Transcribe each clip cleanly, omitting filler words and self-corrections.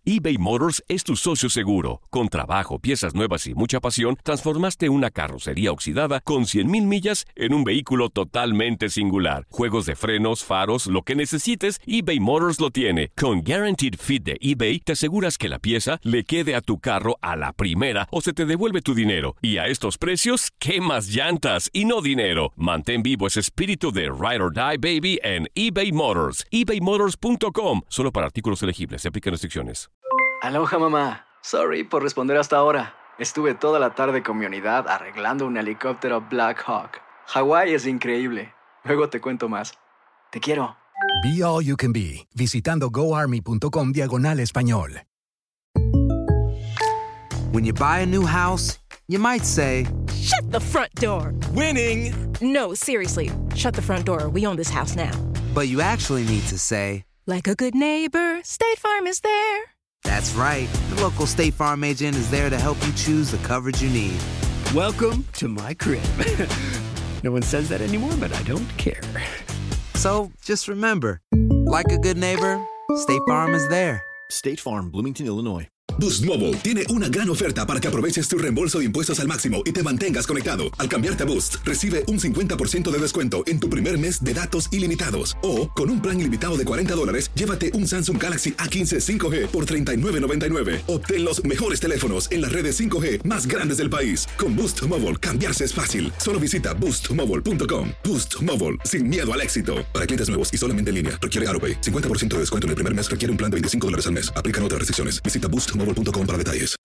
eBay Motors es tu socio seguro. Con trabajo, piezas nuevas y mucha pasión, transformaste una carrocería oxidada con 100,000 millas en un vehículo totalmente singular. Juegos de frenos, faros, lo que necesites, eBay Motors lo tiene. Con Guaranteed Fit de eBay, te aseguras que la pieza le quede a tu carro a la primera o se te devuelve tu dinero. Y a estos precios, ¿qué más llantas y no dinero? Mantén vivo ese espíritu de Ride or Die, baby, en eBay Motors. ebaymotors.com. Solo para artículos elegibles. Se aplican restricciones. Aloha, mamá. Sorry por responder hasta ahora. Estuve toda la tarde con mi unidad arreglando un helicóptero Black Hawk. Hawái es increíble. Luego te cuento más. Te quiero. Be All You Can Be, visitando goarmy.com/español. When you buy a new house, you might say, Shut the front door! Winning! No, seriously. Shut the front door. We own this house now. but you actually need to say, Like a good neighbor, State Farm is there. that's right. The local State Farm agent is there to help you choose the coverage you need. Welcome to my crib. No one says that anymore, but I don't care. So just remember, like a good neighbor, State Farm is there. State Farm, Bloomington, Illinois. Boost Mobile tiene una gran oferta para que aproveches tu reembolso de impuestos al máximo y te mantengas conectado. Al cambiarte a Boost, recibe un 50% de descuento en tu primer mes de datos ilimitados. O, con un plan ilimitado de $40, llévate un Samsung Galaxy A15 5G por $39.99. Obtén los mejores teléfonos en las redes 5G más grandes del país. Con Boost Mobile, cambiarse es fácil. Solo visita boostmobile.com. Boost Mobile, sin miedo al éxito. Para clientes nuevos y solamente en línea, requiere AroPay. 50% de descuento en el primer mes requiere un plan de $25 al mes. Aplican otras restricciones. Visita boostmobile.com para detalles.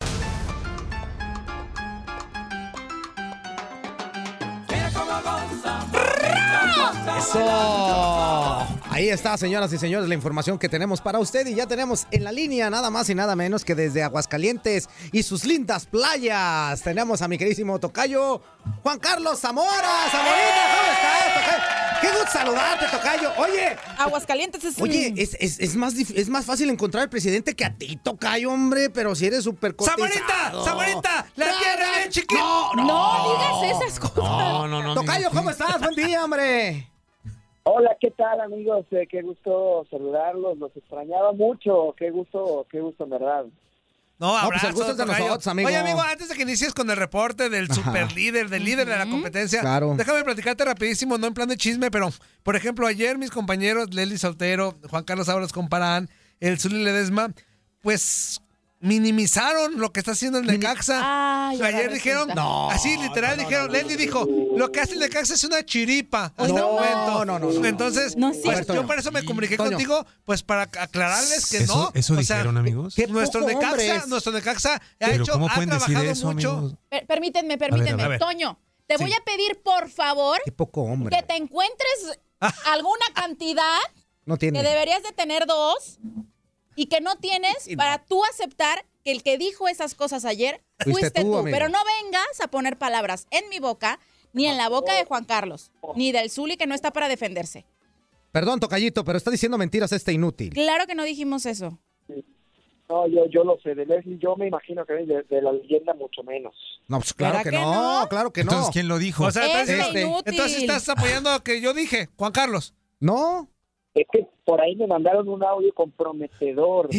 ¡Eso! Ahí está, señoras y señores, la información que tenemos para usted. Y ya tenemos en la línea nada más y nada menos que desde Aguascalientes y sus lindas playas. Tenemos a mi queridísimo tocayo, Juan Carlos Zamora. Zamorita, ¿cómo estás, tocayo? ¡Qué gusto saludarte, tocayo! Oye, Aguascalientes es... Oye, es más fácil encontrar al presidente que a ti, tocayo, hombre. Pero si eres súper cotizado. ¡Zamorita! ¡La tierra bien chiquita! No digas esas cosas. No. Tocayo, ¿cómo estás? Buen día, hombre. Hola, ¿qué tal, amigos? Qué gusto saludarlos, los extrañaba mucho, qué gusto, en verdad. No, pues el gusto es de nosotros, amigo. Oye, amigo, antes de que inicies con el reporte del super líder, del líder de la competencia, claro. Déjame platicarte rapidísimo, no en plan de chisme, pero, por ejemplo, ayer mis compañeros Leslie Soltero, Juan Carlos Ábalos Comparán, el Zuli Ledesma, pues minimizaron lo que está haciendo el Necaxa. Ayer dijeron, así literal dijeron, Leslie dijo, lo que hace el Necaxa es una chiripa. No. Entonces, pues yo por eso me comuniqué contigo, pues para aclararles que no. ¿Eso dijeron, amigos? Nuestro Necaxa ha trabajado mucho. Amigos? Permítanme. A ver. Toño, te voy a pedir, por favor, Qué poco hombre. que te encuentres alguna cantidad No tiene. que deberías de tener 2 y que no tienes para tú aceptar que el que dijo esas cosas ayer fuiste tú. amigo. Pero no vengas a poner palabras en mi boca, ni en la boca de Juan Carlos, ni del Zuli, que no está para defenderse. Perdón, tocayito, pero está diciendo mentiras este inútil. Claro que no dijimos eso. No, yo lo sé, de Leslie, yo me imagino que de la leyenda mucho menos. No, pues claro que no, claro que no. Entonces, ¿quién lo dijo? O sea, Inútil. entonces estás apoyando lo que yo dije, Juan Carlos. No. Es que por ahí me mandaron un audio comprometedor.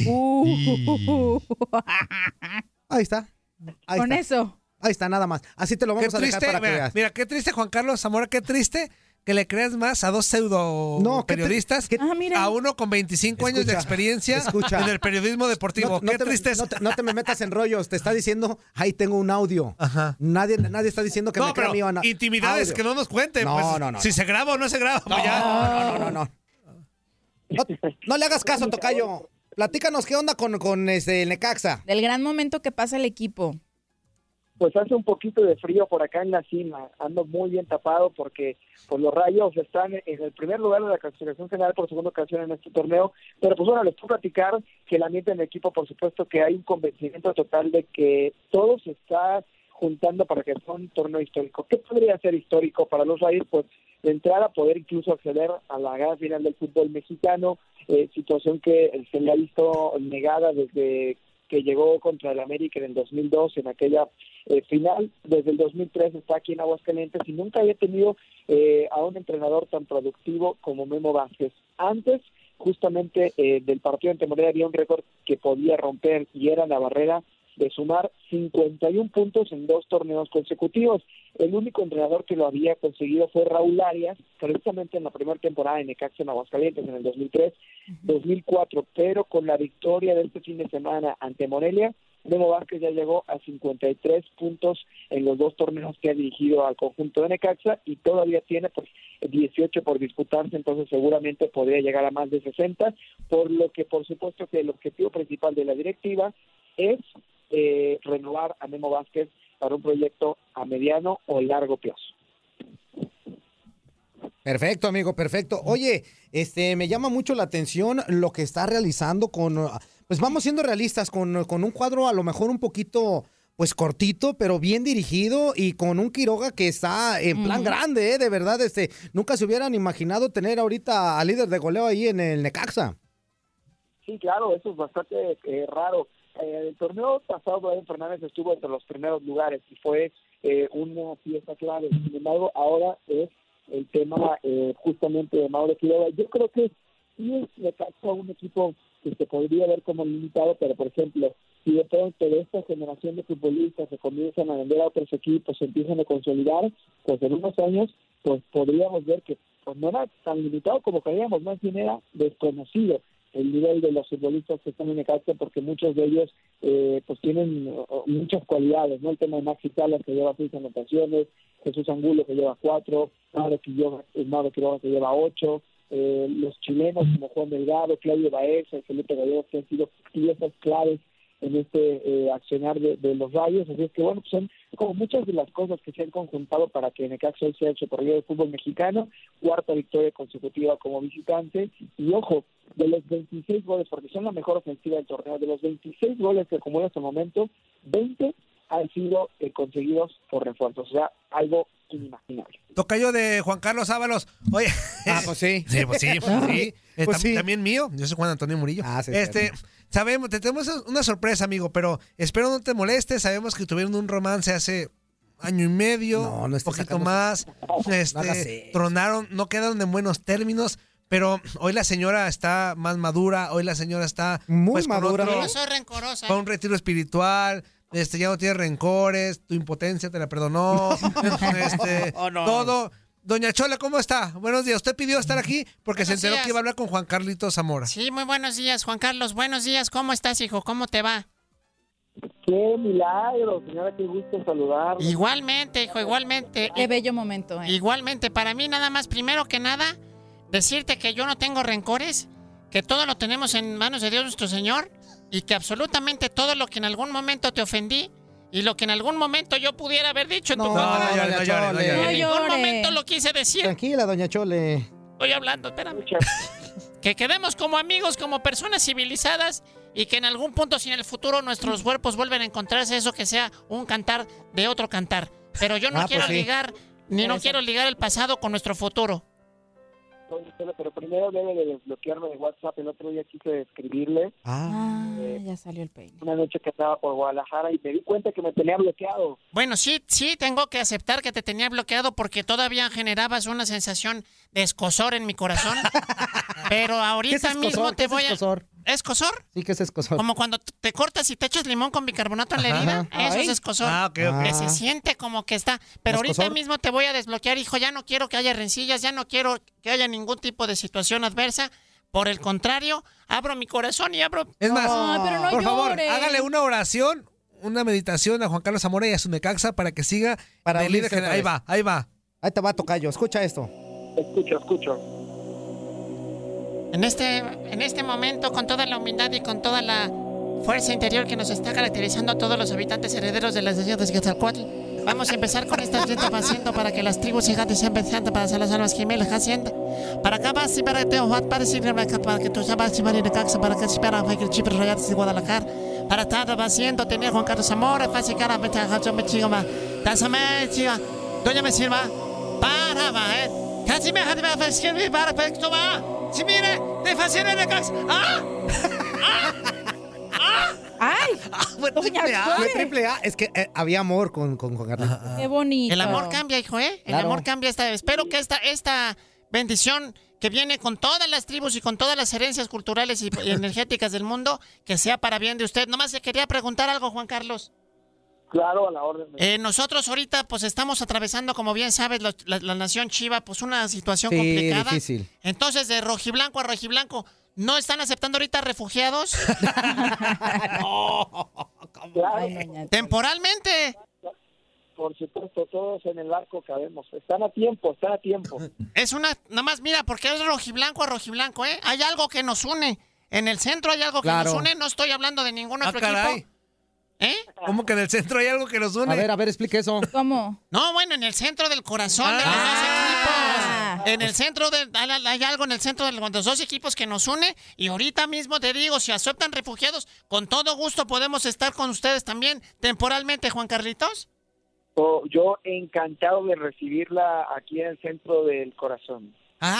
Ahí está. Con eso. Ahí está, nada más. Así te lo vamos a dejar para que veas. Mira, qué triste, Juan Carlos Zamora, qué triste que le creas más a dos pseudo periodistas, a uno con 25 años de experiencia en el periodismo deportivo. Qué tristeza. No te me metas en rollos. Te está diciendo, ahí tengo un audio. Ajá. Nadie está diciendo que me crea mío. Intimidades, que no nos cuente. No. Si se graba o no se graba. No le hagas caso, tocayo. Platícanos qué onda con el Necaxa. Del gran momento que pasa el equipo. Pues hace un poquito de frío por acá en la cima. Ando muy bien tapado porque pues, los Rayos están en el primer lugar de la clasificación general por segunda ocasión en este torneo. Pero pues bueno, les puedo platicar que el ambiente en el equipo, por supuesto que hay un convencimiento total de que todo se está juntando para que sea un torneo histórico. ¿Qué podría ser histórico para los Rayos? Pues de entrada poder incluso acceder a la gran final del fútbol mexicano, situación que se le ha visto negada desde que llegó contra el América en el 2002 en aquella final. Desde el 2003 está aquí en Aguascalientes y nunca había tenido a un entrenador tan productivo como Memo Vázquez. Antes justamente del partido ante Morelia había un récord que podía romper y era la barrera de sumar 51 puntos en 2 torneos consecutivos. El único entrenador que lo había conseguido fue Raúl Arias, precisamente en la primera temporada en Necaxa en Aguascalientes en el 2003-2004, pero con la victoria de este fin de semana ante Morelia, Memo Vázquez ya llegó a 53 puntos en los 2 torneos que ha dirigido al conjunto de Necaxa y todavía tiene 18 por disputarse, entonces seguramente podría llegar a más de 60, por lo que por supuesto que el objetivo principal de la directiva es renovar a Memo Vázquez para un proyecto a mediano o largo plazo. Perfecto, amigo, perfecto. Oye, me llama mucho la atención lo que está realizando pues vamos siendo realistas, con un cuadro a lo mejor un poquito, pues cortito, pero bien dirigido y con un Quiroga que está en plan grande, de verdad, nunca se hubieran imaginado tener ahorita al líder de goleo ahí en el Necaxa. Sí, claro, eso es bastante raro. El torneo pasado, Brian Fernández estuvo entre los primeros lugares y fue una pieza clave. Sin embargo, ahora es el tema justamente de Mauro Quiroga. Yo creo que sí le pasa un equipo que se podría ver como limitado, pero por ejemplo, si de pronto de esta generación de futbolistas se comienzan a vender a otros equipos, se empiezan a consolidar, pues en unos años pues podríamos ver que pues no era tan limitado como creíamos, más bien era desconocido el nivel de los futbolistas que están en Necaxa, porque muchos de ellos pues tienen muchas cualidades, ¿no? El tema de Maxi Salas, que lleva 6 anotaciones, Jesús Angulo, que lleva 4, Mauro Quiroga, que lleva 8, los chilenos como Juan Delgado, Claudio Baeza, Felipe Gallegos, que han sido piezas claves en este accionar de los Rayos. Así es que bueno, pues son como muchas de las cosas que se han conjuntado para que Necaxa hoy sea el superrey del fútbol mexicano, 4ª victoria consecutiva como visitante, y ojo, de los 26 goles, porque son la mejor ofensiva del torneo, de los 26 goles que acumula hasta el momento, 20 han sido conseguidos por refuerzos, o sea, algo inimaginable. Tocayo de Juan Carlos Ábalos. Oye. Pues sí. Sí, pues sí, pues sí. Pues sí. También mío. Yo soy Juan Antonio Murillo. Sí, sabemos, te tenemos una sorpresa, amigo, pero espero no te molestes. Sabemos que tuvieron un romance hace año y medio, un poquito más. Tronaron, no quedaron en buenos términos. Pero hoy la señora está más madura, hoy la señora está muy madura. Yo no soy rencorosa. Con un retiro espiritual, ya no tiene rencores, tu impotencia te la perdonó, no. Todo. Doña Chola, ¿cómo está? Buenos días. Usted pidió estar aquí porque se enteró que iba a hablar con Juan Carlitos Zamora. Sí, muy buenos días, Juan Carlos. Buenos días. ¿Cómo estás, hijo? ¿Cómo te va? ¡Qué milagro, señora! ¡Qué gusto saludar! Igualmente, hijo, igualmente. Qué bello momento. Igualmente, para mí nada más, primero que nada, decirte que yo no tengo rencores, que todo lo tenemos en manos de Dios nuestro Señor y que absolutamente todo lo que en algún momento te ofendí y lo que en algún momento yo pudiera haber dicho en tu contra, en ningún momento lo quise decir. Tranquila, doña Chole. Estoy hablando, espérame. Que quedemos como amigos, como personas civilizadas y que en algún punto, si en el futuro nuestros cuerpos vuelven a encontrarse, eso que sea un cantar de otro cantar. Pero yo no quiero ligar, no quiero ligar el pasado con nuestro futuro. Pero primero debe de desbloquearme de WhatsApp. El otro día quise escribirle. Ya salió el peine. Una noche que estaba por Guadalajara y me di cuenta que me tenía bloqueado. Bueno, sí, tengo que aceptar que te tenía bloqueado porque todavía generabas una sensación de escozor en mi corazón. Pero ahorita mismo te voy a... ¿Escozor? Sí, ¿qué es escozor? Como cuando te cortas y te echas limón con bicarbonato en la herida. Eso es escozor. Que se siente como que está. Pero ahorita mismo te voy a desbloquear, hijo. Ya no quiero que haya rencillas, ya no quiero que haya ningún tipo de situación adversa. Por el contrario, abro mi corazón y abro... Es más, pero no por llores. favor, hágale una oración, una meditación a Juan Carlos Zamora y a su Necaxa para que siga para de líder general. Ahí va. Ahí te va, tocayo. Escucha esto. Escucho. En este momento, con toda la humildad y con toda la fuerza interior que nos está caracterizando a todos los habitantes herederos de las ciudades de Quetzalcóatl, vamos a empezar con estas dietas haciendo para que las tribus gigantes sean pensantes para hacer las almas gemelas haciendo. Para acá vas y para que te para que tú sabes si Marina Caxa para que se espera que el chip rayado de Guadalajara. Para estar haciendo tenía Juan Carlos Zamora, fácil cara, me chica más. Tásame, chica. Doña me sirva. Para, va, Casi me deja de escribir para que tú va. Si mire, te fascina la casa. ¡Ay! Fue triple A. Es que había amor con Juan Carlos. ¡Qué bonito! El amor cambia, hijo, El amor cambia esta vez. Espero que esta bendición que viene con todas las tribus y con todas las herencias culturales y energéticas del mundo, que sea para bien de usted. Nomás se quería preguntar algo, Juan Carlos. Claro, a la orden. Nosotros ahorita pues estamos atravesando, como bien sabes, la nación Chiva, pues una situación Sí, complicada. difícil. Entonces, de rojiblanco a rojiblanco, ¿no están aceptando ahorita refugiados? Temporalmente. Por supuesto, todos en el barco cabemos. Están a tiempo, están a tiempo. Es una, nada más mira, porque es rojiblanco a rojiblanco, ¿eh? Hay algo que nos une. En el centro hay algo que nos une. No estoy hablando de ningún otro equipo. ¿Eh? ¿Cómo que en el centro hay algo que nos une? A ver, explique eso. ¿Cómo? No, bueno, en el centro del corazón de los dos equipos. En el centro hay algo en el centro de los dos equipos que nos une. Y ahorita mismo te digo, si aceptan refugiados, con todo gusto podemos estar con ustedes también temporalmente, Juan Carlitos. Yo encantado de recibirla aquí en el centro del corazón.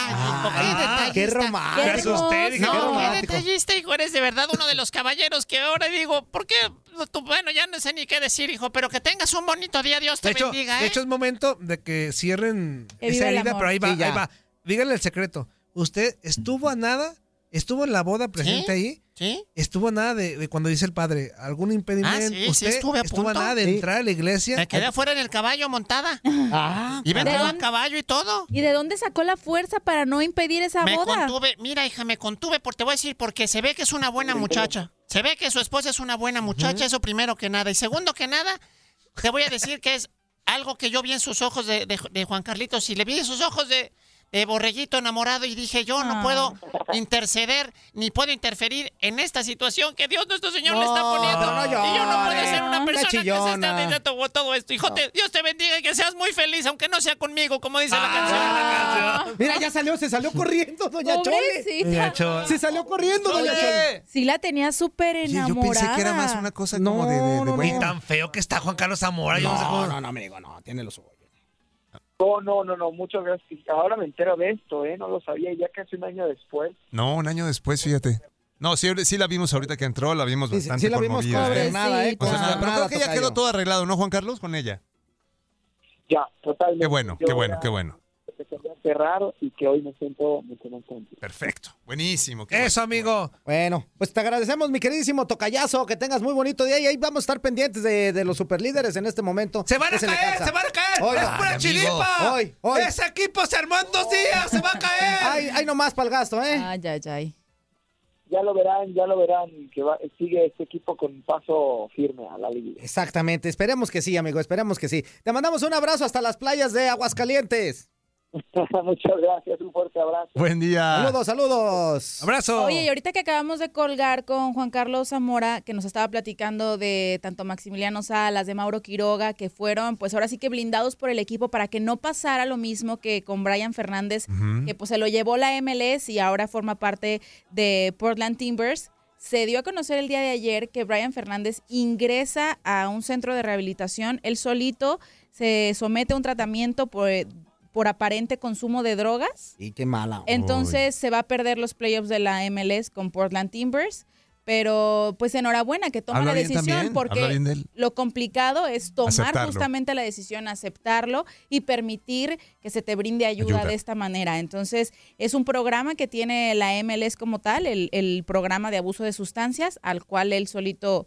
Qué romántico. Qué detallista, hijo. Eres de verdad uno de los caballeros que ahora digo, ¿por qué? Bueno, ya no sé ni qué decir, hijo, pero que tengas un bonito día. Dios te bendiga, ¿eh? De hecho, es momento de que cierren Que esa viva el herida, amor. pero ahí va, Sí, ya. ahí va. Díganle el secreto. ¿Usted estuvo a nada? ¿Estuvo en la boda presente ahí? ¿Sí? ¿Estuvo a nada de cuando dice el padre? ¿Algún impedimento? Sí, ¿Usted estuve a estuvo punto. a nada de entrar a la iglesia? Me quedé afuera en el caballo montada. Y me ¿De entró a dónde? caballo y todo. ¿Y de dónde sacó la fuerza para no impedir esa Me boda? contuve, mira, hija, me contuve, te voy a decir, porque se ve que es una buena muchacha. Se ve que su esposa es una buena muchacha, eso primero que nada. Y segundo que nada, te voy a decir que es algo que yo vi en sus ojos de Juan Carlitos, y le vi en sus ojos de borreguito enamorado, y dije, yo no puedo interceder, ni puedo interferir en esta situación que Dios nuestro Señor le está poniendo. Y yo no puedo ser una persona que se esté de todo esto. Hijo, Dios te bendiga y que seas muy feliz, aunque no sea conmigo, como dice la canción. Mira, ya se salió corriendo, doña Chole. Pobrecita. Se salió corriendo, doña Chole. Sí la tenía súper enamorada. Yo pensé que era más una cosa como de Y tan feo que está Juan Carlos Zamora. Yo no sé cómo... No, me digo, no, tiene los ojos. No, muchas gracias. Ahora me entero de esto, no lo sabía, ya casi un año después. No, un año después, fíjate. No, sí la vimos ahorita que entró, la vimos bastante sí la vimos conmovida. consternada, O sea, pero creo que ya quedó todo arreglado, ¿no, Juan Carlos, con ella? Ya, totalmente. Qué bueno, qué bueno. Que se había cerrado y que hoy me siento mucho más contento. Perfecto, buenísimo. Eso, amigo. Bueno, pues te agradecemos, mi queridísimo tocayazo, que tengas muy bonito día y ahí vamos a estar pendientes de los superlíderes en este momento. ¡Se van a caer! Hoy, ¡Es pura chiripa! Hoy. ¡Ese equipo se armó en 2 días! ¡Se va a caer! Ay, nomás para el gasto, ¿eh? Ay. Ya lo verán, que sigue este equipo con paso firme a la liga. Exactamente, esperemos que sí, amigo, esperemos que sí. Te mandamos un abrazo hasta las playas de Aguascalientes. Muchas gracias, un fuerte abrazo. Buen día. Saludos. Abrazo. Oye, y ahorita que acabamos de colgar con Juan Carlos Zamora, que nos estaba platicando de tanto Maximiliano Salas, de Mauro Quiroga, que fueron, pues ahora sí que blindados por el equipo para que no pasara lo mismo que con Brian Fernández, que pues se lo llevó la MLS y ahora forma parte de Portland Timbers. Se dio a conocer el día de ayer que Brian Fernández ingresa a un centro de rehabilitación. Él solito se somete a un tratamiento por aparente consumo de drogas. Y qué mala. Entonces se va a perder los playoffs de la MLS con Portland Timbers. Pero pues enhorabuena que toma la decisión, porque lo complicado es tomar justamente la decisión, aceptarlo y permitir que se te brinde ayuda de esta manera. Entonces es un programa que tiene la MLS como tal, el programa de abuso de sustancias, al cual él solito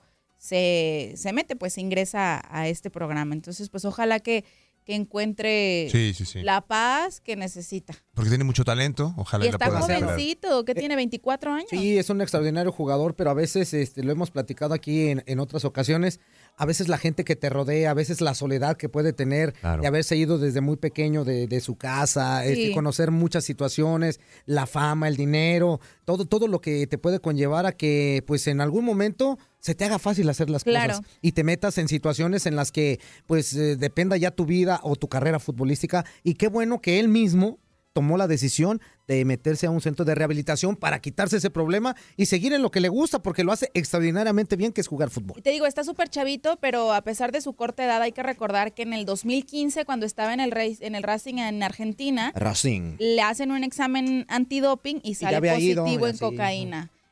se mete, pues se ingresa a este programa. Entonces pues ojalá que encuentre la paz que necesita. Porque tiene mucho talento, ojalá y la pueda hacer. Está jovencito, que tiene 24 años. Sí, es un extraordinario jugador, pero a veces, lo hemos platicado aquí en otras ocasiones, a veces la gente que te rodea, a veces la soledad que puede tener de haberse ido desde muy pequeño de su casa, conocer muchas situaciones, la fama, el dinero, todo lo que te puede conllevar a que pues en algún momento se te haga fácil hacer las cosas y te metas en situaciones en las que pues dependa ya tu vida o tu carrera futbolística, y qué bueno que él mismo tomó la decisión de meterse a un centro de rehabilitación para quitarse ese problema y seguir en lo que le gusta, porque lo hace extraordinariamente bien, que es jugar fútbol. Y te digo, está súper chavito, pero a pesar de su corta edad, hay que recordar que en el 2015, cuando estaba en el Racing en Argentina, le hacen un examen antidoping y sale positivo en cocaína.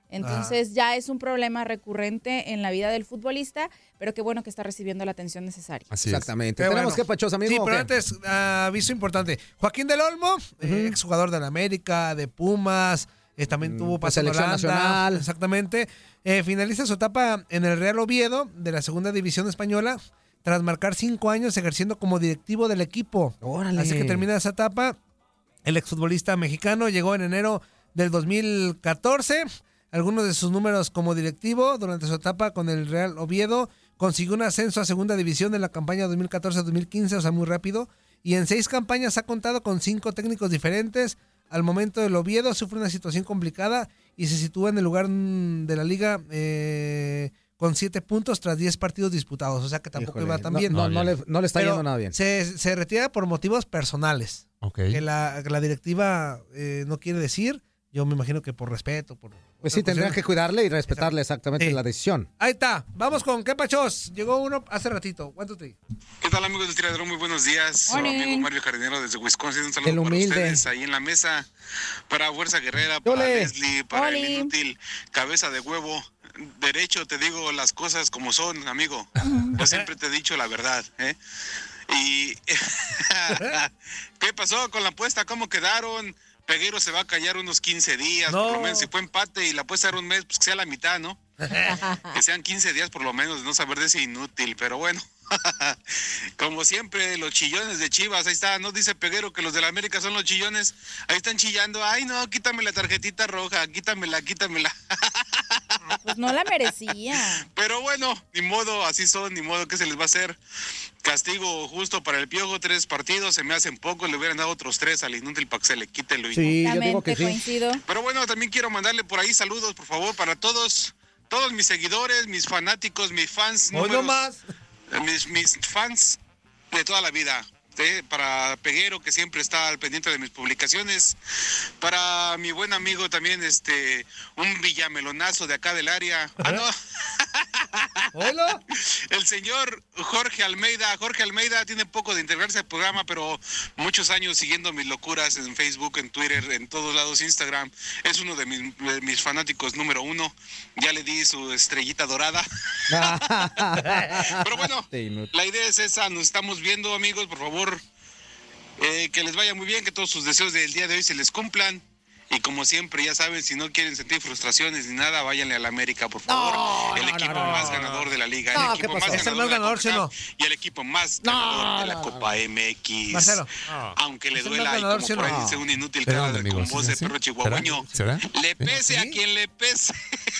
Entonces ya es un problema recurrente en la vida del futbolista, pero qué bueno que está recibiendo la atención necesaria. Exactamente. Tenemos que Pachos, amigo. Sí, pero antes, aviso importante. Joaquín del Olmo, exjugador de la América, de Pumas, también tuvo pase en selección nacional. Exactamente. Finaliza su etapa en el Real Oviedo, de la segunda división española, tras marcar 5 años ejerciendo como directivo del equipo. ¡Órale! Así que termina esa etapa. El exfutbolista mexicano llegó en enero del 2014. Algunos de sus números como directivo durante su etapa con el Real Oviedo, consiguió un ascenso a segunda división en la campaña 2014-2015, o sea, muy rápido. Y en 6 campañas ha contado con 5 técnicos diferentes. Al momento del Oviedo sufre una situación complicada y se sitúa en el lugar de la liga con 7 puntos tras 10 partidos disputados. O sea que tampoco iba tan bien. No le está yendo nada bien. Se retira por motivos personales. Okay. Que la directiva no quiere decir. Yo me imagino que por respeto. Pues sí, tendría que cuidarle y respetarle exactamente la decisión. Ahí está. Vamos con ¿qué pachos? Llegó uno hace ratito. ¿Cuánto te? ¿Qué tal, amigos del Tiradero? Muy buenos días. Soy amigo Mario Jardinero desde Wisconsin. Un saludo el para humilde. ustedes ahí en la mesa. Para Fuerza Guerrera, para Leslie, para el inútil Cabeza de Huevo. Derecho, te digo las cosas como son, amigo. Yo siempre te he dicho la verdad, ¿eh? Y ¿qué pasó con la apuesta? ¿Cómo quedaron? Peguero se va a callar unos 15 días, por lo menos. Si fue empate y la apuesta era un mes, pues que sea la mitad, ¿no? Que sean 15 días por lo menos de no saber de ese inútil, pero bueno. Como siempre, los chillones de Chivas, ahí está, ¿no? Dice Peguero que los de la América son los chillones. Ahí están chillando, ay no, quítame la tarjetita roja, quítamela. Pues no la merecía. Pero bueno, ni modo, así son, ni modo, ¿qué se les va a hacer? Castigo justo para el Piojo, 3 partidos, se me hacen pocos, le hubieran dado otros 3 al inútil para que se le quite lo inútil. Sí, yo digo que sí. Coincido. Pero bueno, también quiero mandarle por ahí saludos, por favor, para todos mis seguidores, mis fanáticos, mis fans. Hoy no más. Mis fans de toda la vida. Para Peguero, que siempre está al pendiente de mis publicaciones. Para mi buen amigo también, un villamelonazo de acá del área. Ah, no. ¿Hola? El señor Jorge Almeida. Jorge Almeida tiene poco de integrarse al programa, pero muchos años siguiendo mis locuras en Facebook, en Twitter, en todos lados, Instagram. Es uno de mis fanáticos número 1. Ya le di su estrellita dorada. Pero bueno, la idea es esa. Nos estamos viendo, amigos, por favor. Que les vaya muy bien, que todos sus deseos del día de hoy se les cumplan. Y como siempre, ya saben, si no quieren sentir frustraciones ni nada, váyanle a la América, por favor. El equipo más ganador de la liga. El equipo más ganador de la Copa y el equipo más ganador de la Copa MX. Marcelo. Aunque le duela, y como por ahí dice un inútil cara con voz de perro chihuahueño. Le pese a quien le pese.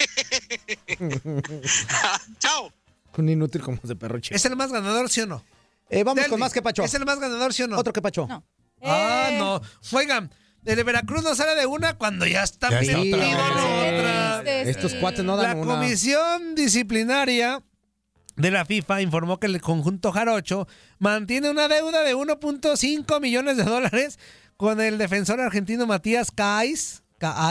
Chao. Un inútil como de perro chihuahua. ¿Es el más ganador, sí o no? Vamos con más que Pacho. ¿Es el más ganador, sí o no? Otro que Pacho. No. No. Oigan, el Veracruz no sale de una cuando ya está metido en otra. Estos cuates no dan una. La comisión disciplinaria de la FIFA informó que el conjunto jarocho mantiene una deuda de $1.5 millones con el defensor argentino Matías Cajáis.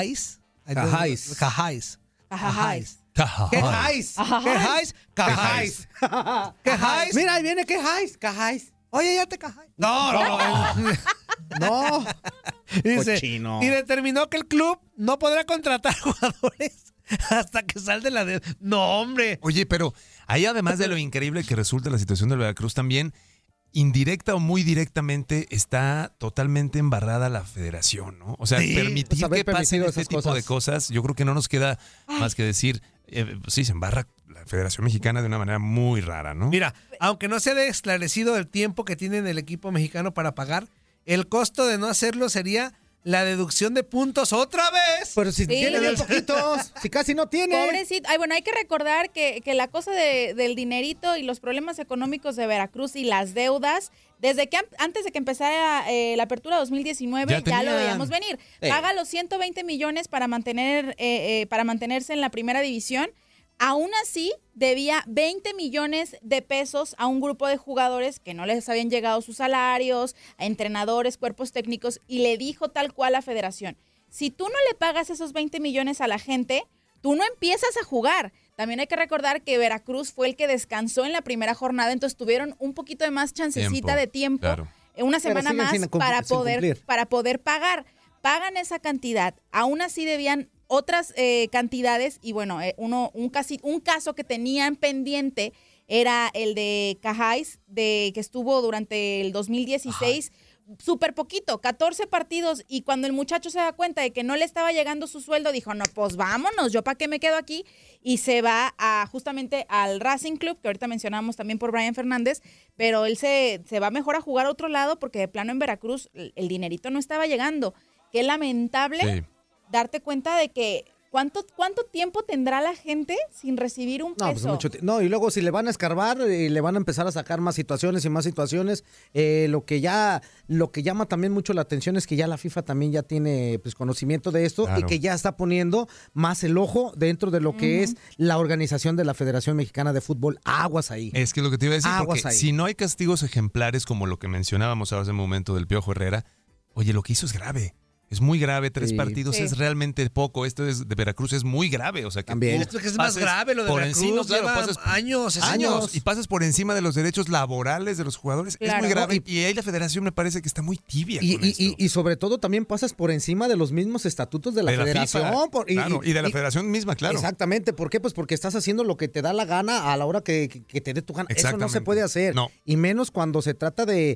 Mira, ahí viene Cajáis. Oye, ya te cajáis. No. Dice, cochino. Y determinó que el club no podrá contratar jugadores hasta que salga la deuda. No, hombre. Oye, pero ahí además de lo increíble que resulta la situación del Veracruz, también indirecta o muy directamente está totalmente embarrada la federación, ¿no? O sea, permitir que pasen este tipo de cosas, yo creo que no nos queda más que decir, sí, se embarra la Federación Mexicana de una manera muy rara, ¿no? Mira, aunque no se haya esclarecido el tiempo que tiene el equipo mexicano para pagar, el costo de no hacerlo sería la deducción de puntos otra vez. Pero si tiene bien poquitos, si casi no tiene. Pobrecito. Ay, bueno, hay que recordar que la cosa del dinerito y los problemas económicos de Veracruz y las deudas, desde que antes de que empezara la apertura 2019 ya lo veíamos venir. Paga los 120 millones para mantenerse en la primera división. Aún así, debía 20 millones de pesos a un grupo de jugadores que no les habían llegado sus salarios, a entrenadores, cuerpos técnicos, y le dijo tal cual a la federación, si tú no le pagas esos 20 millones a la gente, tú no empiezas a jugar. También hay que recordar que Veracruz fue el que descansó en la primera jornada, entonces tuvieron un poquito de más chancecita de tiempo, una semana más para poder pagar. Pagan esa cantidad, aún así debían otras cantidades y bueno, un caso que tenían pendiente era el de Cajáis, que estuvo durante el 2016, súper poquito, 14 partidos, y cuando el muchacho se da cuenta de que no le estaba llegando su sueldo, dijo, no, pues vámonos, ¿yo para qué me quedo aquí? Y se va justamente al Racing Club, que ahorita mencionamos también por Brian Fernández, pero él se va mejor a jugar a otro lado porque de plano en Veracruz el dinerito no estaba llegando. Qué lamentable darte cuenta de que ¿Cuánto tiempo tendrá la gente sin recibir un peso? No, pues mucho tiempo. Y luego si le van a escarbar, le van a empezar a sacar más situaciones y más situaciones. Lo que llama también mucho la atención es que ya la FIFA también ya tiene pues conocimiento de esto y que ya está poniendo más el ojo dentro de lo que es la organización de la Federación Mexicana de Fútbol. Aguas ahí. Es que lo que te iba a decir, porque si no hay castigos ejemplares como lo que mencionábamos hace un momento del Piojo Herrera, oye, lo que hizo es grave. Es muy grave, 3 partidos es realmente poco. Esto de Veracruz es muy grave. O sea, que también. Esto que es más grave, lo de Veracruz, pasas años. Y pasas por encima de los derechos laborales de los jugadores. Claro. Es muy grave. Y ahí la federación me parece que está muy tibia con esto. Y sobre todo también pasas por encima de los mismos estatutos de la federación. Y de la federación misma, claro. Exactamente. ¿Por qué? Pues porque estás haciendo lo que te da la gana a la hora que te dé tu gana. Eso no se puede hacer. No. Y menos cuando se trata del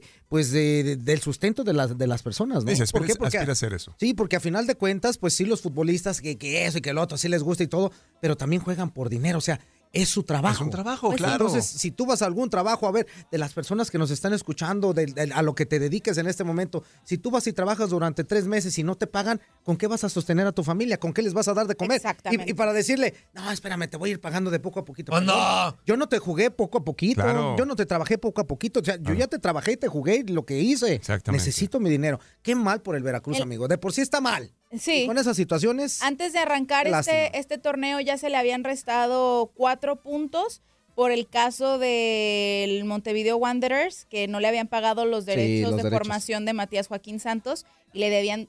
sustento de las personas, ¿no? Sí, aspira a hacer eso. Sí, porque a final de cuentas, pues sí, los futbolistas, que eso y que el otro, sí les gusta y todo, pero también juegan por dinero, o sea, es su trabajo. Es un trabajo, pues claro. Entonces, si tú vas a algún trabajo, a ver, de las personas que nos están escuchando, a lo que te dediques en este momento, si tú vas y trabajas durante 3 meses y no te pagan, ¿con qué vas a sostener a tu familia? ¿Con qué les vas a dar de comer? Exactamente. Y para decirle, no, espérame, te voy a ir pagando de poco a poquito. ¡Oh, no! Yo no te jugué poco a poquito, yo no te trabajé poco a poquito, o sea, yo ya te trabajé y te jugué lo que hice. Exactamente. Necesito mi dinero. Qué mal por el Veracruz, amigo. De por sí está mal. Sí. Y con esas situaciones. Antes de arrancar este torneo ya se le habían restado 4 puntos por el caso del Montevideo Wanderers, que no le habían pagado los derechos de formación de Matías Joaquín Santos y le debían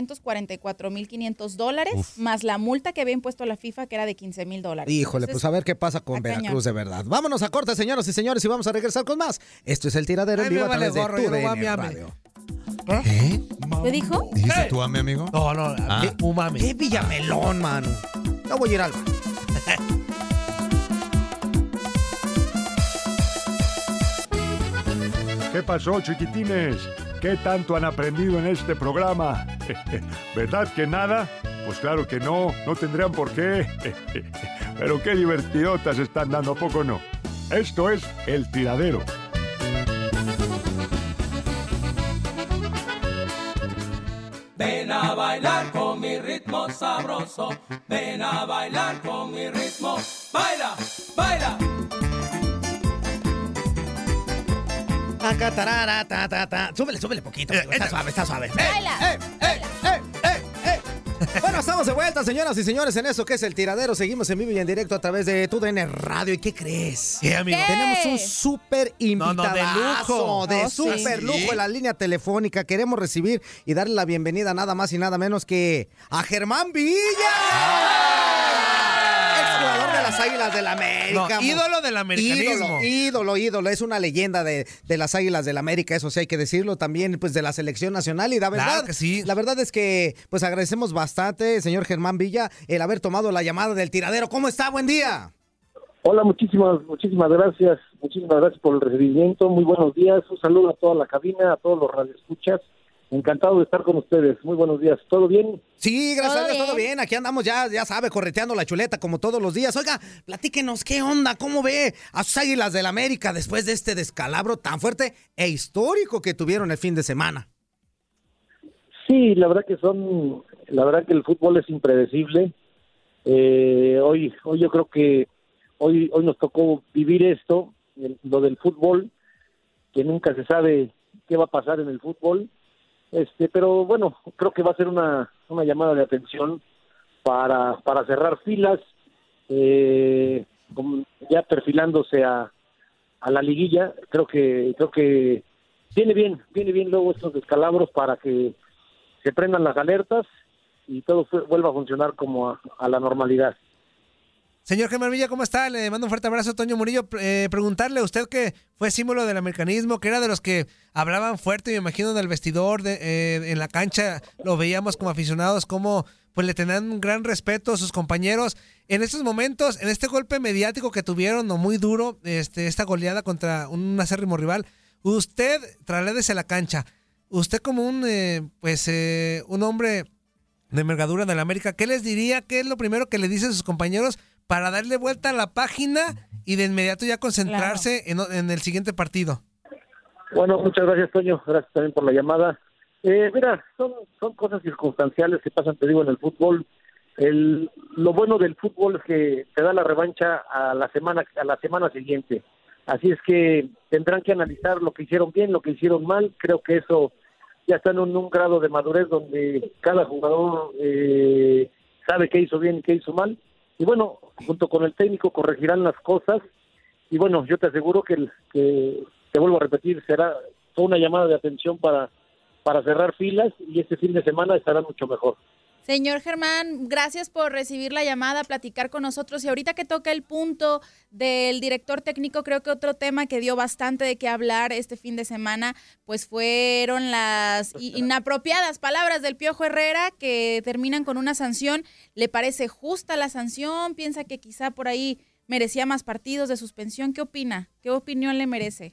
$244,500 más la multa que había impuesto la FIFA, que era de $15,000. Híjole, entonces, pues a ver qué pasa con Veracruz de verdad. Vámonos a corte, señoras y señores, y vamos a regresar con más. Esto es El Tiradero en vivo a través de TUDN Radio. ¿Qué? ¿Qué dijo? ¿Dijiste tú ame, amigo? No, umami. ¿Qué Villamelón, mano? No voy a ir al... ¿Qué pasó, chiquitines? ¿Qué tanto han aprendido en este programa? ¿Verdad que nada? Pues claro que no tendrían por qué. Pero qué divertidotas están dando, ¿a poco no? Esto es El Tiradero. Ven a bailar con mi ritmo sabroso. Ven a bailar con mi ritmo. ¡Baila! ¡Baila! Súbele poquito. Está suave. ¡Baila! Bueno, estamos de vuelta, señoras y señores, en eso que es El Tiradero. Seguimos en vivo y en directo a través de TUDN Radio. ¿Y qué crees? ¿Qué, amigo? Tenemos un súper invitadazo, de súper lujo en la línea telefónica. Queremos recibir y darle la bienvenida nada más y nada menos que a Germán Villa. Exjugador de las Águilas del América. No, ídolo del americanismo. Ídolo. Es una leyenda de las Águilas del América, eso sí hay que decirlo. También pues de la selección nacional. Y la verdad, claro que sí. La verdad es que pues agradecemos bastante, señor Germán Villa, el haber tomado la llamada del Tiradero. ¿Cómo está? Buen día. Hola, muchísimas gracias. Muchísimas gracias por el recibimiento. Muy buenos días. Un saludo a toda la cabina, a todos los radioescuchas. Encantado de estar con ustedes. Muy buenos días. ¿Todo bien? Sí, gracias a Dios, todo bien. Aquí andamos ya sabe, correteando la chuleta como todos los días. Oiga, platíquenos, ¿qué onda? ¿Cómo ve a sus Águilas del América después de este descalabro tan fuerte e histórico que tuvieron el fin de semana? Sí, la verdad que el fútbol es impredecible. Hoy yo creo que hoy nos tocó vivir esto, lo del fútbol, que nunca se sabe qué va a pasar en el fútbol. Pero bueno, creo que va a ser una llamada de atención para cerrar filas, ya perfilándose a la liguilla. Creo que viene bien luego estos descalabros para que se prendan las alertas y todo vuelva a funcionar como a la normalidad. Señor Germán Villa, ¿cómo está? Le mando un fuerte abrazo, Toño Murillo. Preguntarle a usted, que fue símbolo del americanismo, que era de los que hablaban fuerte, me imagino, en el vestidor, en la cancha, lo veíamos como aficionados, como pues le tenían un gran respeto a sus compañeros. En estos momentos, en este golpe mediático que tuvieron, no muy duro, esta goleada contra un acérrimo rival, usted, traslédese a la cancha. Usted como un hombre de envergadura de la América, ¿qué les diría? ¿Qué es lo primero que le dicen sus compañeros para darle vuelta a la página y de inmediato ya concentrarse en el siguiente partido? Bueno, muchas gracias, Toño. Gracias también por la llamada. Mira, son cosas circunstanciales que pasan, te digo, en el fútbol. Lo bueno del fútbol es que te da la revancha a la semana siguiente. Así es que tendrán que analizar lo que hicieron bien, lo que hicieron mal. Creo que eso ya está en un grado de madurez donde cada jugador sabe qué hizo bien y qué hizo mal. Y bueno, junto con el técnico corregirán las cosas. Y bueno, yo te aseguro que te vuelvo a repetir, será toda una llamada de atención para cerrar filas, y este fin de semana estará mucho mejor. Señor Germán, gracias por recibir la llamada, platicar con nosotros. Y ahorita que toca el punto del director técnico, creo que otro tema que dio bastante de qué hablar este fin de semana, pues fueron las inapropiadas palabras del Piojo Herrera, que terminan con una sanción. ¿Le parece justa la sanción? ¿Piensa que quizá por ahí merecía más partidos de suspensión? ¿Qué opina? ¿Qué opinión le merece?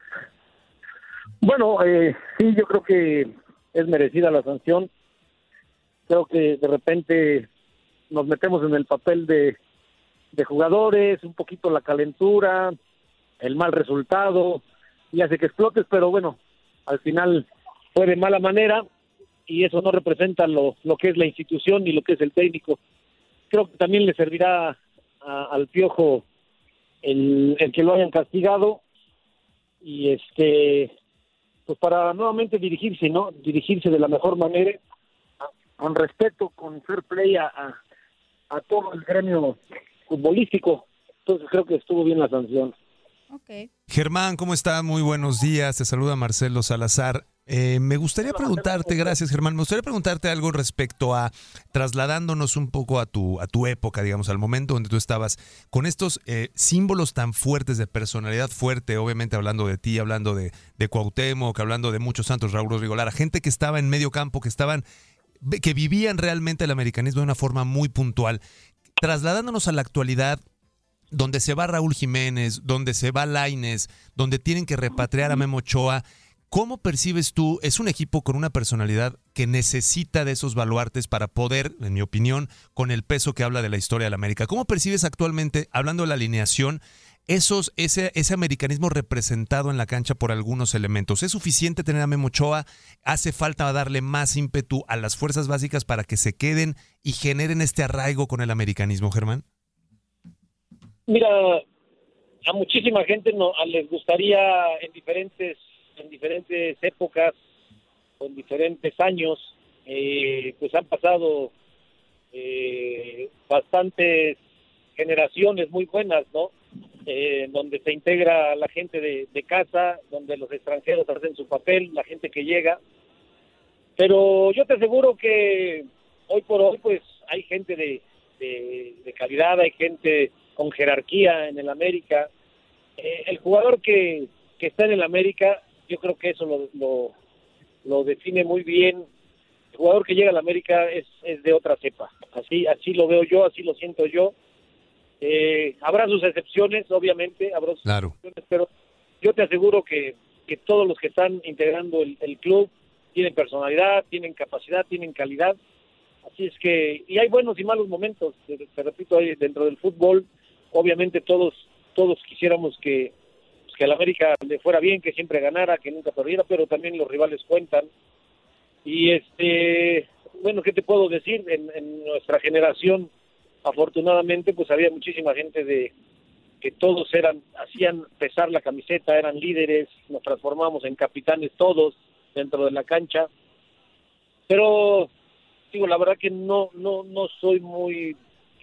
Bueno, sí, yo creo que es merecida la sanción. Creo que de repente nos metemos en el papel de jugadores, un poquito la calentura, el mal resultado, y hace que explotes, pero bueno, al final fue de mala manera, y eso no representa lo que es la institución ni lo que es el técnico. Creo que también le servirá al Piojo el que lo hayan castigado, y pues para nuevamente dirigirse de la mejor manera, con respeto, con fair play a todo el gremio futbolístico. Entonces creo que estuvo bien la sanción. Okay. Germán, ¿cómo estás? Muy buenos días. Te saluda Marcelo Salazar. Me gustaría preguntarte, gracias Germán, me gustaría preguntarte algo respecto a, trasladándonos un poco a tu época, digamos, al momento donde tú estabas, con estos símbolos tan fuertes de personalidad fuerte, obviamente hablando de ti, hablando de Cuauhtémoc, hablando de muchos santos, Raúl Rodrigo Lara, gente que estaba en medio campo, que vivían realmente el americanismo de una forma muy puntual. Trasladándonos a la actualidad, donde se va Raúl Jiménez, donde se va Lainez, donde tienen que repatriar a Memo Ochoa, ¿cómo percibes tú? Es un equipo con una personalidad que necesita de esos baluartes para poder, en mi opinión, con el peso que habla de la historia de la América. ¿Cómo percibes actualmente, hablando de la alineación, ese americanismo representado en la cancha por algunos elementos? ¿Es suficiente tener a Memo Ochoa? ¿Hace falta darle más ímpetu a las fuerzas básicas para que se queden y generen este arraigo con el americanismo, Germán? Mira, a muchísima gente les gustaría en diferentes épocas, o en diferentes años, pues han pasado bastantes generaciones muy buenas, ¿no? Donde se integra la gente de casa, donde los extranjeros hacen su papel, la gente que llega. Pero yo te aseguro que hoy por hoy pues hay gente de calidad, hay gente con jerarquía en el América. El jugador que está en el América, yo creo que eso lo define muy bien. El jugador que llega al América es de otra cepa. Así lo veo yo, así lo siento yo. Habrá sus excepciones, obviamente, claro, excepciones, pero yo te aseguro que todos los que están integrando el club tienen personalidad, tienen capacidad, tienen calidad. Así es que, y hay buenos y malos momentos, te repito, dentro del fútbol. Obviamente todos quisiéramos que al América le fuera bien, que siempre ganara, que nunca perdiera, pero también los rivales cuentan. Y bueno, ¿qué te puedo decir? En nuestra generación, afortunadamente, pues había muchísima gente que todos hacían pesar la camiseta, eran líderes, nos transformamos en capitanes todos dentro de la cancha. Pero digo, la verdad que no soy muy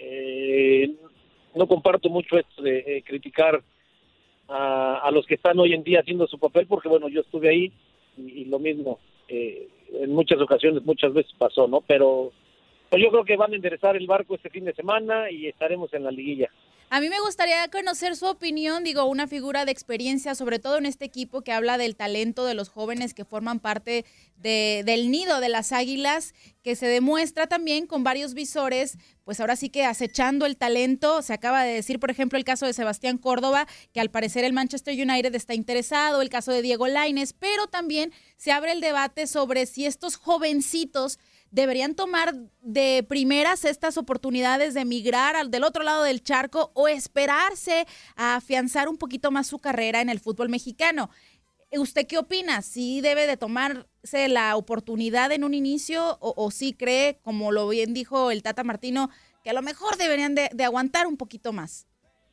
no comparto mucho esto de criticar a los que están hoy en día haciendo su papel, porque bueno, yo estuve ahí y lo mismo en muchas ocasiones, muchas veces pasó, ¿no? Pero Pues yo creo que van a enderezar el barco este fin de semana y estaremos en la liguilla. A mí me gustaría conocer su opinión, digo, una figura de experiencia, sobre todo en este equipo que habla del talento de los jóvenes que forman parte del nido de las Águilas, que se demuestra también con varios visores, pues ahora sí que acechando el talento. Se acaba de decir, por ejemplo, el caso de Sebastián Córdoba, que al parecer el Manchester United está interesado, el caso de Diego Lainez, pero también se abre el debate sobre si estos jovencitos deberían tomar de primeras estas oportunidades de migrar del otro lado del charco o esperarse a afianzar un poquito más su carrera en el fútbol mexicano. ¿Usted qué opina? ¿Sí debe de tomarse la oportunidad en un inicio o sí cree, como lo bien dijo el Tata Martino, que a lo mejor deberían de aguantar un poquito más?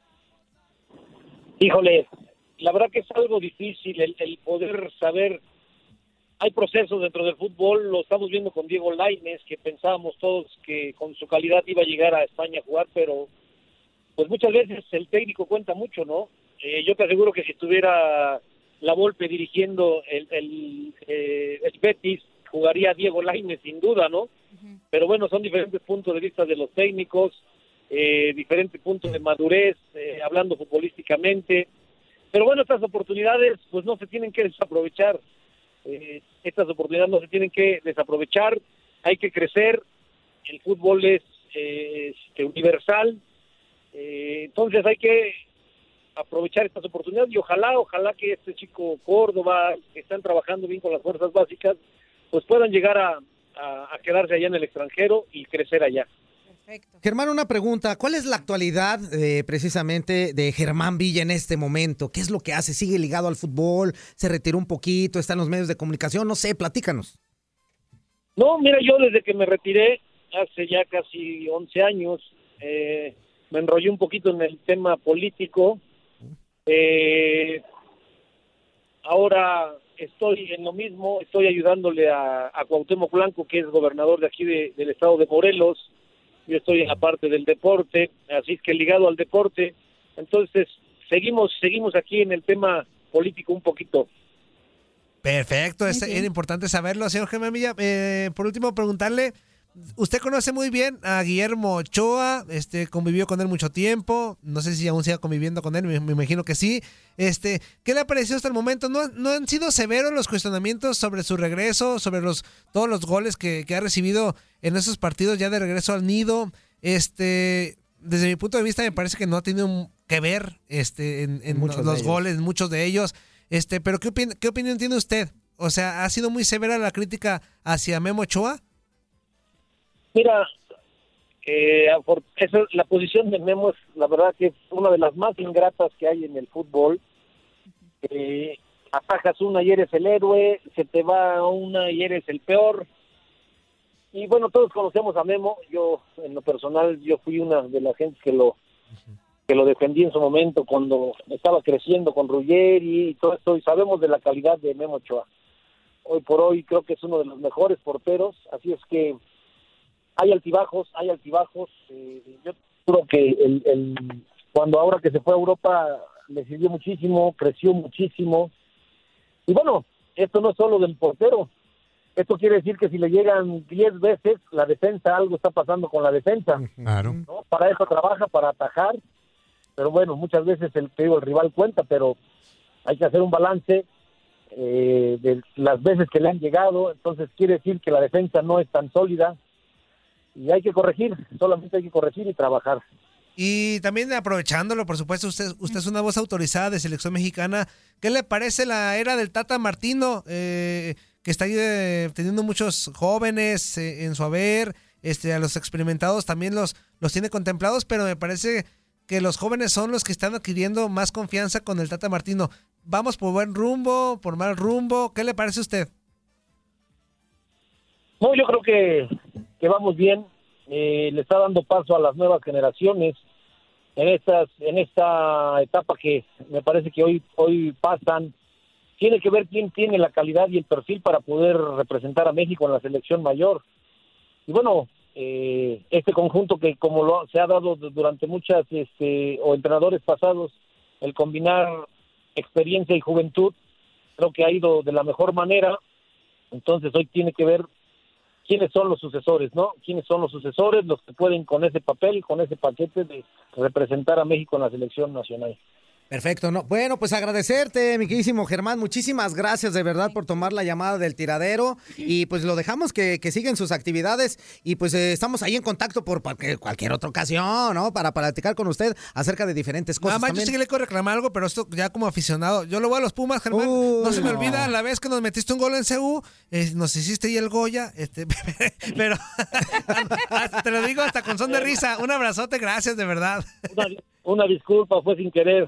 Híjole, la verdad que es algo difícil el poder saber. Hay procesos dentro del fútbol, lo estamos viendo con Diego Lainez, que pensábamos todos que con su calidad iba a llegar a España a jugar, pero pues muchas veces el técnico cuenta mucho, ¿no? Yo te aseguro que si estuviera la Volpe dirigiendo el Betis, jugaría Diego Lainez sin duda, ¿no? Uh-huh. Pero bueno, son diferentes puntos de vista de los técnicos, diferentes puntos de madurez, hablando futbolísticamente. Pero bueno, estas oportunidades pues no se tienen que desaprovechar. Estas oportunidades no se tienen que desaprovechar, hay que crecer, el fútbol es universal, entonces hay que aprovechar estas oportunidades y ojalá que este chico Córdoba, que están trabajando bien con las fuerzas básicas, pues puedan llegar a quedarse allá en el extranjero y crecer allá. Perfecto. Germán, una pregunta. ¿Cuál es la actualidad precisamente de Germán Villa en este momento? ¿Qué es lo que hace? ¿Sigue ligado al fútbol? ¿Se retiró un poquito? ¿Está en los medios de comunicación? No sé, platícanos. No, mira, yo desde que me retiré, hace ya casi 11 años, me enrollé un poquito en el tema político. Ahora estoy en lo mismo, estoy ayudándole a Cuauhtémoc Blanco, que es gobernador de aquí del estado de Morelos. Yo estoy en la parte del deporte, así es que ligado al deporte. Entonces, seguimos aquí en el tema político un poquito. Perfecto, era importante saberlo, señor Germán Villa. Por último, preguntarle, usted conoce muy bien a Guillermo Ochoa, convivió con él mucho tiempo, no sé si aún siga conviviendo con él, me imagino que sí. ¿Qué le ha parecido hasta el momento? ¿No han sido severos los cuestionamientos sobre su regreso, sobre todos los goles que ha recibido en esos partidos ya de regreso al nido? Desde mi punto de vista me parece que no ha tenido que ver en los goles, muchos de ellos. Pero ¿qué opinión tiene usted? O sea, ¿ha sido muy severa la crítica hacia Memo Ochoa? Mira, la posición de Memo es, la verdad, que es una de las más ingratas que hay en el fútbol. Atajas una y eres el héroe, se te va una y eres el peor. Y bueno, todos conocemos a Memo. Yo, en lo personal, yo fui una de las gentes que lo defendí en su momento cuando estaba creciendo con Ruggeri y todo esto, y sabemos de la calidad de Memo Ochoa. Hoy por hoy creo que es uno de los mejores porteros, así es que hay altibajos. Yo creo que cuando ahora que se fue a Europa le sirvió muchísimo, creció muchísimo. Y bueno, esto no es solo del portero. Esto quiere decir que si le llegan 10 veces, la defensa, algo está pasando con la defensa. Claro. ¿No? Para eso trabaja, para atajar. Pero bueno, muchas veces el rival cuenta, pero hay que hacer un balance de las veces que le han llegado. Entonces quiere decir que la defensa no es tan sólida. Y hay que corregir, solamente hay que corregir y trabajar. Y también aprovechándolo, por supuesto, usted es una voz autorizada de selección mexicana. ¿Qué le parece la era del Tata Martino? Que está ahí teniendo muchos jóvenes en su haber, a los experimentados también los tiene contemplados, pero me parece que los jóvenes son los que están adquiriendo más confianza con el Tata Martino. ¿Vamos por buen rumbo, por mal rumbo? ¿Qué le parece a usted? No, yo creo que vamos bien. Le está dando paso a las nuevas generaciones en esta etapa que me parece que hoy pasan. Tiene que ver quién tiene la calidad y el perfil para poder representar a México en la selección mayor. Y bueno, este conjunto que como se ha dado durante muchas o entrenadores pasados, el combinar experiencia y juventud, creo que ha ido de la mejor manera. Entonces hoy tiene que ver quiénes son los sucesores, ¿no? ¿Quiénes son los sucesores, los que pueden con ese papel, con ese paquete de representar a México en la selección nacional? Perfecto, ¿no? Bueno, pues agradecerte, mi queridísimo Germán. Muchísimas gracias de verdad por tomar la llamada del tiradero. Y pues lo dejamos que siguen sus actividades. Y pues estamos ahí en contacto por cualquier otra ocasión, ¿no? Para platicar con usted acerca de diferentes cosas. Nada más, yo sí que le quiero reclamar algo, pero esto ya como aficionado. Yo lo voy a los Pumas, Germán. No se me olvida la vez que nos metiste un gol en CU. Nos hiciste ahí el Goya. Pero te lo digo hasta con son de risa. Un abrazote, gracias, de verdad. Una disculpa, fue sin querer.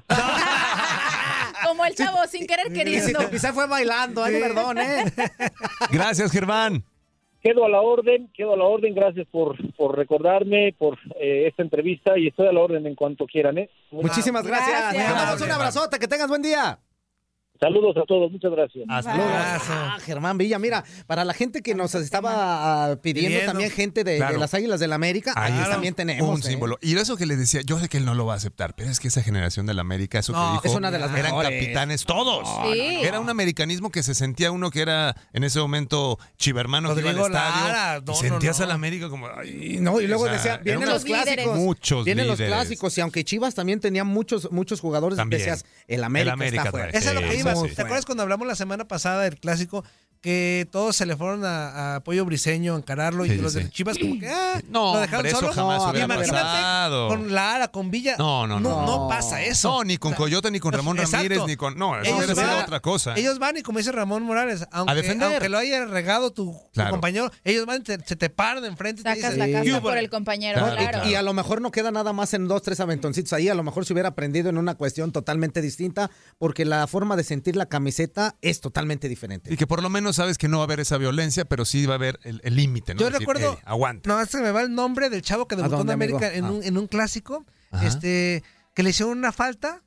Como el chavo, sin querer queriendo. Si te pisé fue bailando, perdón, Gracias, Germán. Quedo a la orden, gracias por recordarme, por esta entrevista, y estoy a la orden en cuanto quieran, Muchísimas gracias. Te mandamos un abrazote, que tengas buen día. Saludos a todos, muchas gracias. Hasta luego. Germán Villa, mira, para la gente que nos estaba pidiendo también gente de las Águilas del América, ahí también tenemos un símbolo. Y eso que les decía, yo sé que él no lo va a aceptar, pero es que esa generación del América, eso que dijo, es una de las eran mejores. capitanes todos. Sí. Era un americanismo que se sentía uno que era en ese momento chivermano, que iba al estadio, y sentías al América como... Ay, no, y luego decía, vienen los clásicos. Vienen los clásicos, y aunque Chivas también tenía muchos jugadores, también. decías, el América está fuerte. Eso es lo que iba. ¿Te acuerdas cuando hablamos la semana pasada del clásico? Que todos se le fueron a Pollo Briseño a encararlo y los de Chivas como que lo dejaron solo. Jamás hubiera pasado. Con Lara, con Villa. No pasa eso. No, ni con Coyote, ni con Ramón Ramírez, ni con... No, eso hubiera sido otra cosa. Ellos van y como dice Ramón Morales, a defender. Aunque lo haya regado tu compañero, ellos van, se te paran enfrente. Sacas la casa por el compañero, claro. Y a lo mejor no queda nada más en 2, 3 aventoncitos ahí, a lo mejor se hubiera aprendido en una cuestión totalmente distinta, porque la forma de sentir la camiseta es totalmente diferente. Y que por lo menos sabes que no va a haber esa violencia, pero sí va a haber el límite, ¿no? Yo recuerdo, aguanta. No, se me va el nombre del chavo que debutó en América en un clásico, que le hicieron una falta,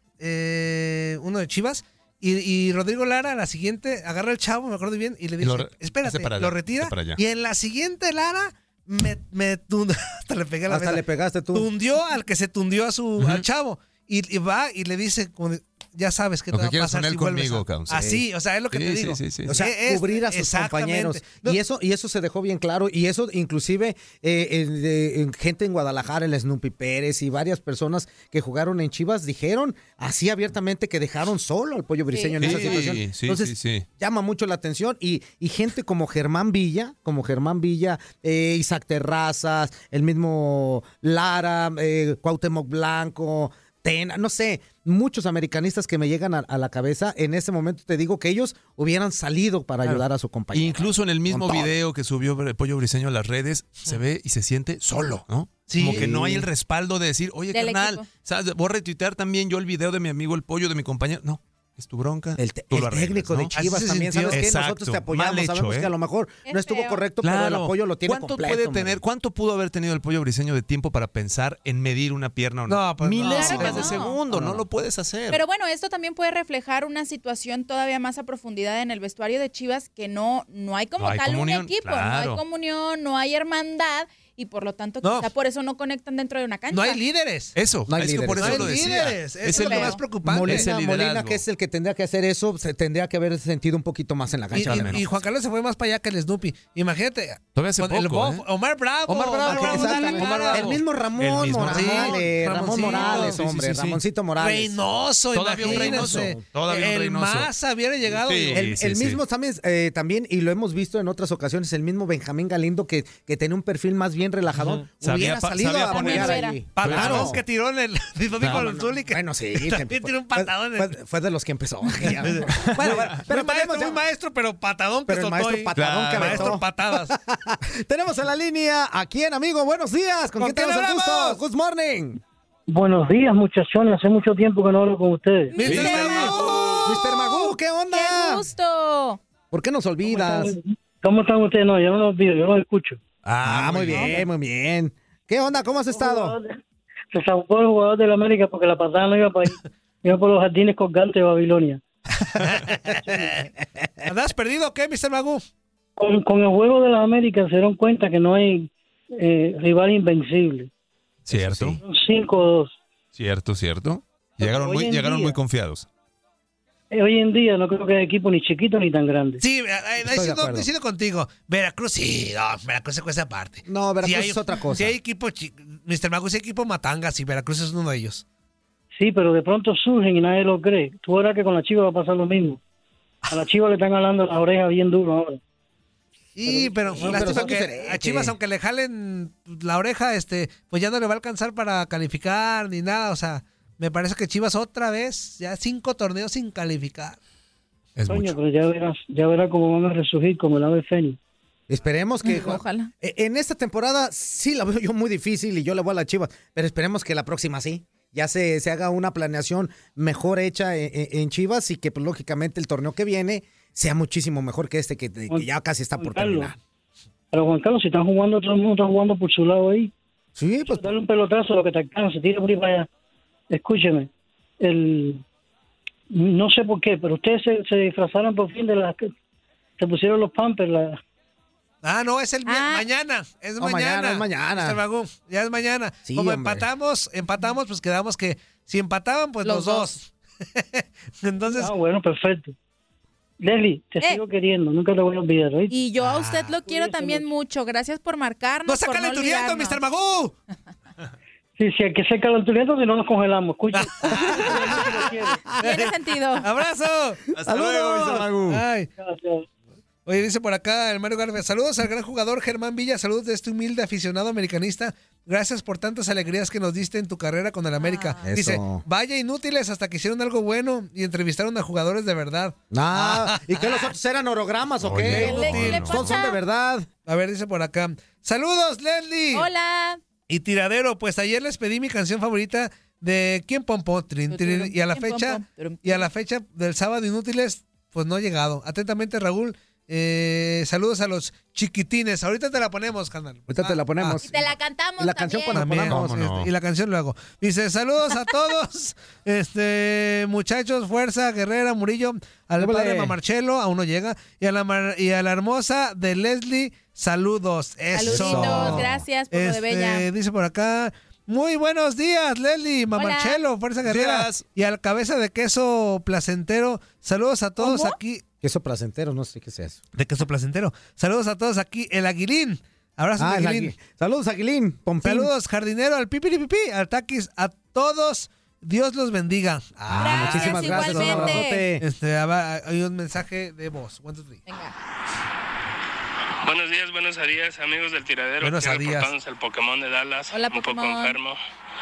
uno de Chivas, y Rodrigo Lara, a la siguiente, agarra al chavo, me acuerdo bien, y le dice, espérate, lo retira, y en la siguiente Lara me tundió, hasta le pegué a la mesa. Hasta le pegaste tú. Tundió al que se tundió al chavo, y va y le dice, como ya sabes que te va a pasar si vuelves así, o sea, es lo que te digo. Sí. O sea, cubrir a sus compañeros. No. Y eso se dejó bien claro, y eso inclusive gente en Guadalajara, el Snoopy Pérez y varias personas que jugaron en Chivas dijeron así abiertamente que dejaron solo al Pollo Briseño en esa situación. Entonces, llama mucho la atención, y gente como Germán Villa, Isaac Terrazas, el mismo Lara, Cuauhtémoc Blanco, Tena, no sé, muchos americanistas que me llegan a la cabeza. En ese momento te digo que ellos hubieran salido para ayudar a su compañero. Incluso en el mismo video que subió el Pollo Briseño a las redes, se ve y se siente solo, ¿no? Sí. Como que no hay el respaldo de decir, oye, carnal, ¿sabes? Voy a retuitear también yo el video de mi amigo el Pollo, de mi compañero. No. Es tu bronca. El técnico de Chivas también, ¿sabes qué? Nosotros te apoyamos, sabemos que a lo mejor no estuvo correcto, pero el apoyo lo tiene completo. ¿Cuánto pudo haber tenido el Pollo Briseño de tiempo para pensar en medir una pierna o no? No, pues milésimas de segundo, no lo puedes hacer. Pero bueno, esto también puede reflejar una situación todavía más a profundidad en el vestuario de Chivas, que no hay como tal comunión, un equipo, claro. No hay comunión, no hay hermandad. Y por lo tanto, quizá por eso no conectan dentro de una cancha. No hay líderes. Eso, no hay líderes. Por eso no hay lo decía. Líderes. Es lo más preocupante. Molina, que es el que tendría que hacer eso, se tendría que haber sentido un poquito más en la cancha. Y Juan Carlos se fue más para allá que el Snoopy. Imagínate. Todavía hace poco, el Bob, Omar Bravo. El mismo Ramón Morales, hombre. Ramoncito Morales. Reynoso, todavía un Reynoso. El Maza hubiera llegado. El mismo también, y lo hemos visto en otras ocasiones, el mismo Benjamín Galindo, que tenía un perfil más bien relajadón. Hubiera salido a apoyar ahí. Patadón que tiró en el con el Zuli. Bueno, sí. También tiró un patadón. Fue de los que empezó. Pero muy maestro, pero patadón que soltó. Maestro patadón que maestro patadas. Tenemos en la línea a quién, amigo. Buenos días. ¿Con quién tenemos el gusto? Good morning. Buenos días, muchachones. Hace mucho tiempo que no hablo con ustedes. Mr. Magoo, ¿qué onda? ¡Qué gusto! ¿Por qué nos olvidas? ¿Cómo están ustedes? No, yo no los olvido, yo los escucho. Muy bien. ¿Qué onda? ¿Cómo has estado? Se salvó el jugador de la América porque la pasada no iba para ahí. Iba por los jardines colgantes de Babilonia. ¿Andas perdido o qué, Mr. Magoo? Con el juego de la América se dieron cuenta que no hay rival invencible. Cierto. 5-2. Cierto. Llegaron muy confiados. hoy en día no creo que haya equipo ni chiquito ni tan grande. Sí, decido contigo. Veracruz sí, no, Veracruz se cuesta aparte. No, Veracruz es otra cosa. Si hay equipo, Mr. Magus, hay equipo matangas y Veracruz es uno de ellos. Sí, pero de pronto surgen y nadie lo cree. Tú verás que con la Chivas va a pasar lo mismo. A la Chivas le están jalando las orejas bien duro ahora. Sí, pero lástima que a Chivas, aunque le jalen la oreja, pues ya no le va a alcanzar para calificar ni nada. O sea, me parece que Chivas otra vez, ya 5 torneos sin calificar. Coño, pero ya verás cómo van a resurgir como el ave fénix. Esperemos que... Ojalá. En esta temporada sí la veo yo muy difícil y yo le voy a la Chivas, pero esperemos que la próxima sí. Ya se haga una planeación mejor hecha en Chivas y que pues, lógicamente el torneo que viene sea muchísimo mejor que que ya casi está por terminar. Pero Juan Carlos, si están jugando, todo el mundo está jugando por su lado ahí. Sí, pues... Dale un pelotazo, lo que te alcance, tira por ahí para allá. Escúcheme, no sé por qué, pero ustedes se disfrazaron por fin de las que se pusieron los pampers. No, es mañana. Es mañana. Es mañana. Mr. Magoo, ya es mañana. Sí, como hombre. empatamos, pues quedamos que si empataban, pues los dos. Entonces. Bueno, perfecto. Leslie, te sigo queriendo, nunca te voy a olvidar, ¿right? Y yo a usted lo quiero también mucho. Gracias por marcarnos. ¡No está calenturiendo, Mr. Magoo! Sí, hay que ser calenturiento si no nos congelamos. Escucha. Tiene sentido. ¡Abrazo! ¡Hasta luego, Mr. Magoo! Oye, dice por acá el Mario García, saludos al gran jugador Germán Villa, saludos de este humilde aficionado americanista, gracias por tantas alegrías que nos diste en tu carrera con el América. Dice, vaya inútiles hasta que hicieron algo bueno y entrevistaron a jugadores de verdad. ¿Y qué los otros eran orogramas o qué? Son de verdad. A ver, dice por acá, saludos Leslie. Hola. Y tiradero, pues ayer les pedí mi canción favorita de ¿Quién Pompó? Y a la fecha del sábado inútiles, pues no ha llegado. Atentamente, Raúl. Saludos a los chiquitines. Ahorita te la ponemos, canal. Ahorita te la ponemos. Y te la cantamos. Y la canción cuando ponemos. Y la canción luego. Dice, saludos a todos. Muchachos, fuerza, Guerrera, Murillo, al padre Mamarchelo, aún no llega. Y a la hermosa de Leslie, saludos. Eso. Saluditos, gracias por lo de Bella. Dice por acá. Muy buenos días, Leslie, Mamarchelo, Fuerza Guerrera. Y al cabeza de queso placentero. Saludos a todos aquí. Queso placentero, no sé qué es eso. De queso placentero. Saludos a todos aquí, el Aguilín. Abrazo, Aguilín. Saludos, Aguilín. Pompín. Saludos, jardinero, al pipiripipi, al taquis, a todos. Dios los bendiga. Muchísimas gracias. Un abrazote. Hay un mensaje de voz. 1, 2, 3. Venga. Buenos días, amigos del tiradero. Buenos días. El Pokémon de Dallas. Hola, un Pokémon. poco enfermo.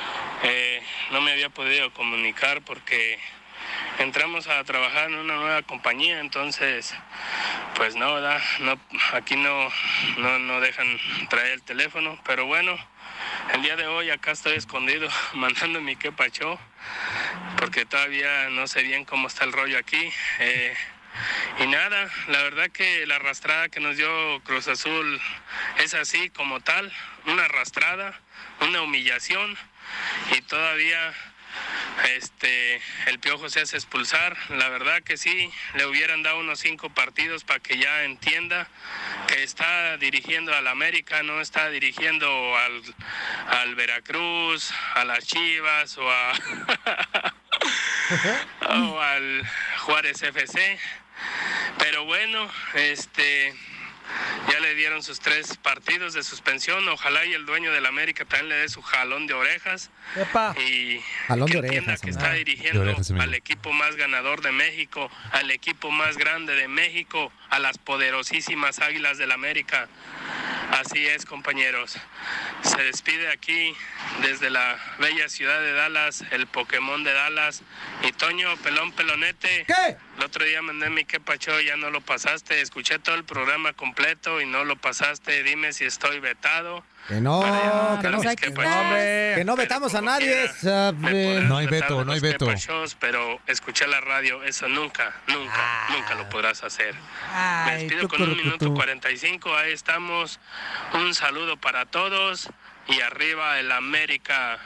No me había podido comunicar porque entramos a trabajar en una nueva compañía, entonces pues no, ¿verdad? No, aquí no dejan traer el teléfono, pero bueno, el día de hoy acá estoy escondido mandando mi qué pacho, porque todavía no sé bien cómo está el rollo aquí. Y nada, la verdad que la arrastrada que nos dio Cruz Azul es así como tal, una arrastrada, una humillación, y todavía el Piojo se hace expulsar. La verdad que sí, le hubieran dado unos 5 partidos para que ya entienda que está dirigiendo al América, no está dirigiendo al Veracruz, a las Chivas o al Juárez FC. Pero bueno, ya le dieron sus 3 partidos de suspensión. Ojalá y el dueño del América también le dé su jalón de orejas. Epa. Y jalón que de entienda orejas, que está dirigiendo al equipo más ganador de México, al equipo más grande de México, a las poderosísimas Águilas del América. Así es, compañeros. Se despide aquí desde la bella ciudad de Dallas, el Pokémon de Dallas. Y Toño, pelón, pelonete. ¿Qué? El otro día mandé mi que pacho, ya no lo pasaste. Escuché todo el programa completo y no lo pasaste. Dime si estoy vetado. Que no, que no vetamos a nadie. No hay veto, no hay veto. Pero escuché la radio, eso nunca lo podrás hacer. Me despido con 1 minuto 45, ahí estamos. Un saludo para todos y arriba el América.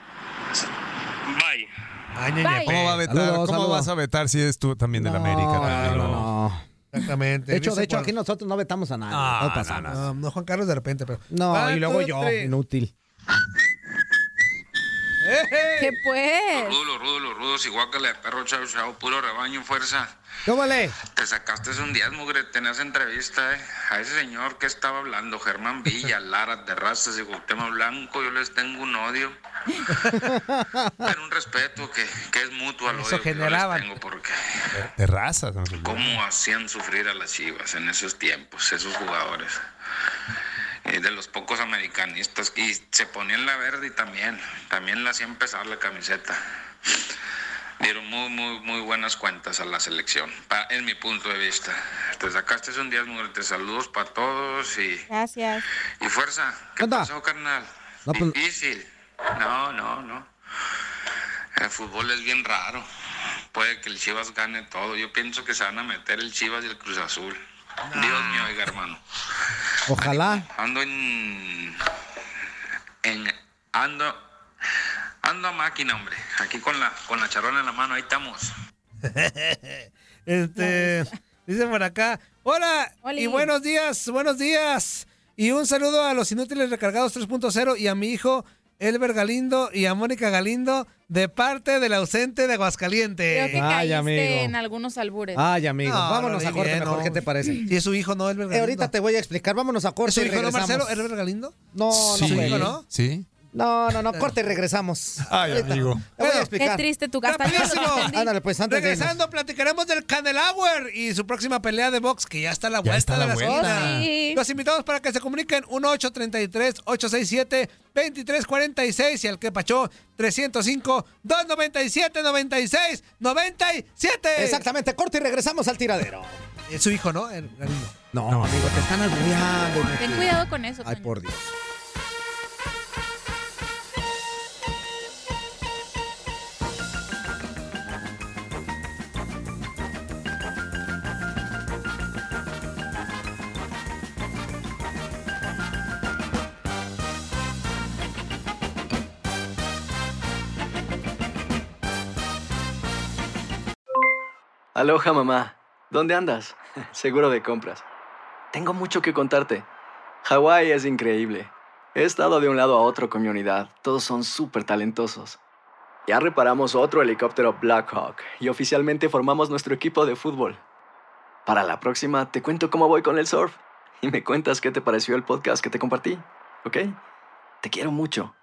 Bye. Bye. ¿Cómo va a vetar? ¿Cómo vas a vetar si eres tú también del América? No. Exactamente. De hecho, aquí nosotros no vetamos a nadie. No pasa nada. No, Juan Carlos de repente, pero. No, y luego yo, inútil. ¿Qué pues? Los rudos, igual que la de perro, chau, chau, puro rebaño, fuerza. ¡Cómale! Te sacaste un día, mugre, tenías entrevista, a ese señor que estaba hablando, Germán Villa, Lara, Terrazas y Cuauhtémoc Blanco, yo les tengo un odio. Pero un respeto que es mutuo al odio que yo les tengo, porque Terrazas, no sé. cómo hacían sufrir a las Chivas en esos tiempos, esos jugadores. De los pocos americanistas, y se ponían la verde y también la hacían pesar la camiseta. Dieron muy buenas cuentas a la selección, en mi punto de vista. Te sacaste un día, mujer, te saludos para todos y... Gracias. Y fuerza. ¿Qué pasó, carnal? No, pues... Difícil. No. El fútbol es bien raro. Puede que el Chivas gane todo. Yo pienso que se van a meter el Chivas y el Cruz Azul. Dios mío, oiga, hermano. Ojalá. Ando a máquina, hombre. Aquí con la charola en la mano, ahí estamos. Dice por acá, hola Oli. Y buenos días. Y un saludo a los Inútiles Recargados 3.0 y a mi hijo Elber Galindo y a Mónica Galindo de parte del ausente de Aguascalientes. Creo que caíste en algunos albures. Ay, amigo. No, vámonos no, a corte bien, mejor. no. ¿Qué te parece? ¿Y es su hijo, no, Elber Galindo? Ahorita te voy a explicar. Vámonos a corte ¿Es su y hijo, no, regresamos. Marcelo? ¿Elber Galindo? No, Sí, fue. hijo, ¿no? Sí. No, corte y regresamos. Ay, Ahorita. amigo. Te voy a explicar. Qué triste tu gasta. Rapidísimo. Pues antes Regresando, platicaremos del Candelauer y su próxima pelea de box, que ya está a la vuelta de la esquina. Sí. Los invitamos para que se comuniquen 1-833-867-2346 y al que pachó 305-297-96-97. Exactamente, corte y regresamos al tiradero. Es su hijo, ¿no? El Galindo. No, amigo, te están albureando. Ten cuidado con eso, Ay, Toño. por Dios. Aloha, mamá. ¿Dónde andas? Seguro de compras. Tengo mucho que contarte. Hawái es increíble. He estado de un lado a otro con mi unidad. Todos son súper talentosos. Ya reparamos otro helicóptero Black Hawk y oficialmente formamos nuestro equipo de fútbol. Para la próxima te cuento cómo voy con el surf y me cuentas qué te pareció el podcast que te compartí, ¿ok? Te quiero mucho.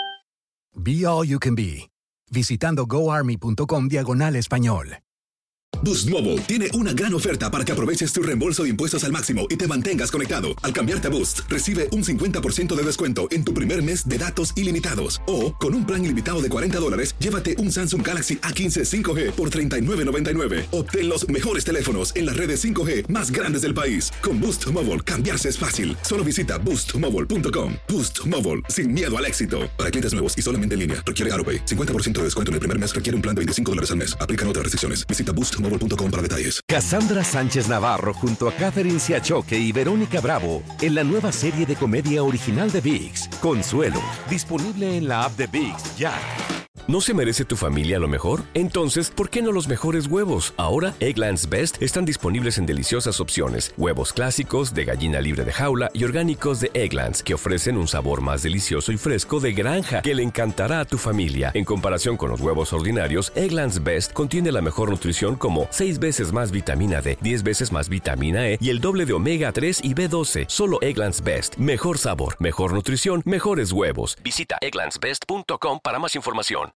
Be All You Can Be, visitando goarmy.com/español. Boost Mobile tiene una gran oferta para que aproveches tu reembolso de impuestos al máximo y te mantengas conectado. Al cambiarte a Boost, recibe un 50% de descuento en tu primer mes de datos ilimitados. O, con un plan ilimitado de $40, llévate un Samsung Galaxy A15 5G por $39.99. Obtén los mejores teléfonos en las redes 5G más grandes del país. Con Boost Mobile, cambiarse es fácil. Solo visita boostmobile.com. Boost Mobile, sin miedo al éxito. Para clientes nuevos y solamente en línea, requiere AroPay. 50% de descuento en el primer mes requiere un plan de $25 al mes. Aplican otras restricciones. Visita boostmobile.com para detalles. Cassandra Sánchez Navarro junto a Catherine Siachoque y Verónica Bravo en la nueva serie de comedia original de ViX, Consuelo, disponible en la app de ViX ya. ¿No se merece tu familia lo mejor? Entonces, ¿por qué no los mejores huevos? Ahora, Eggland's Best están disponibles en deliciosas opciones. Huevos clásicos, de gallina libre de jaula y orgánicos de Eggland's, que ofrecen un sabor más delicioso y fresco de granja que le encantará a tu familia. En comparación con los huevos ordinarios, Eggland's Best contiene la mejor nutrición como 6 veces más vitamina D, 10 veces más vitamina E y el doble de omega 3 y B12. Solo Eggland's Best. Mejor sabor, mejor nutrición, mejores huevos. Visita egglandsbest.com para más información.